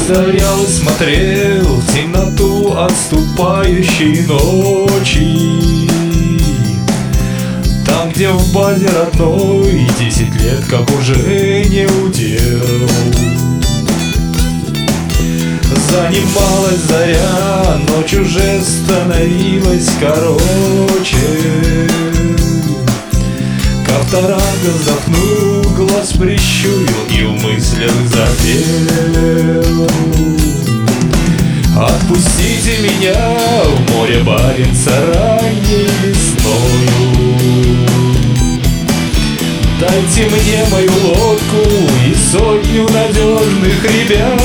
стоял и смотрел в темноту отступающей ночи. Там, где в базе родной 10 лет, как уже не удел. Занималась заря, ночь уже становилась короче. Ковторанга вздохнул, глаз прищурил и в мыслях запел: отпустите меня в море Баренца ранней весною. Дайте мне мою лодку и сотню надежных ребят.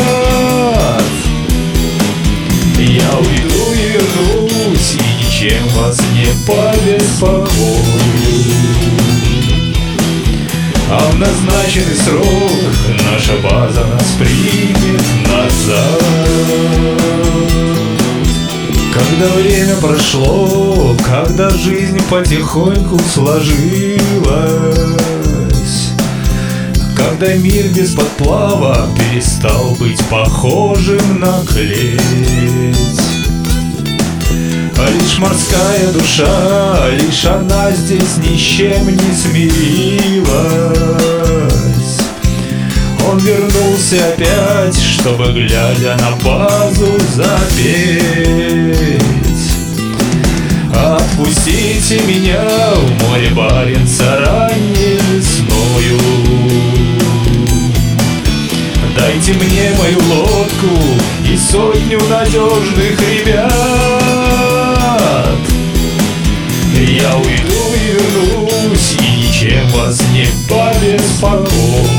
Я уйду и вернусь, и ничем вас не побеспокою. А в назначенный срок наша база нас примет назад. Когда время прошло, когда жизнь потихоньку сложилась, когда мир без подплава перестал быть похожим на клеть, а лишь морская душа, лишь она здесь ни с чем не смирилась. Он вернулся опять, чтобы, глядя на базу, запеть: отпустите меня в море Баренца ранней весною. Дайте мне мою лодку и сотню надежных ребят. Я уйду и вернусь, и ничем вас не побеспокою.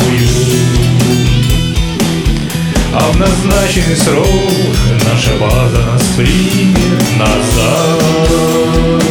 А в назначенный срок наша база нас примет назад.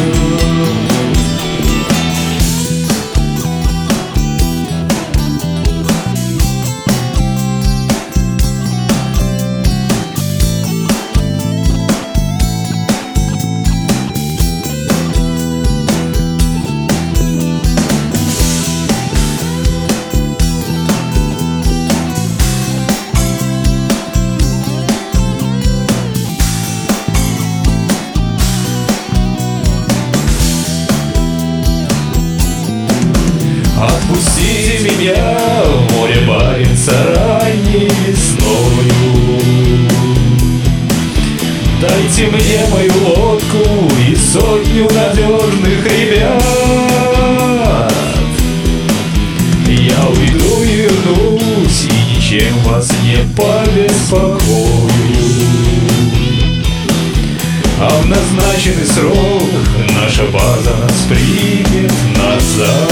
Отпустите меня в море Баренца ранней весною. Дайте мне мою лодку и сотню надежных ребят. Я уйду и вернусь, и ничем вас не побеспокою. А в назначенный срок наша база нас примет назад.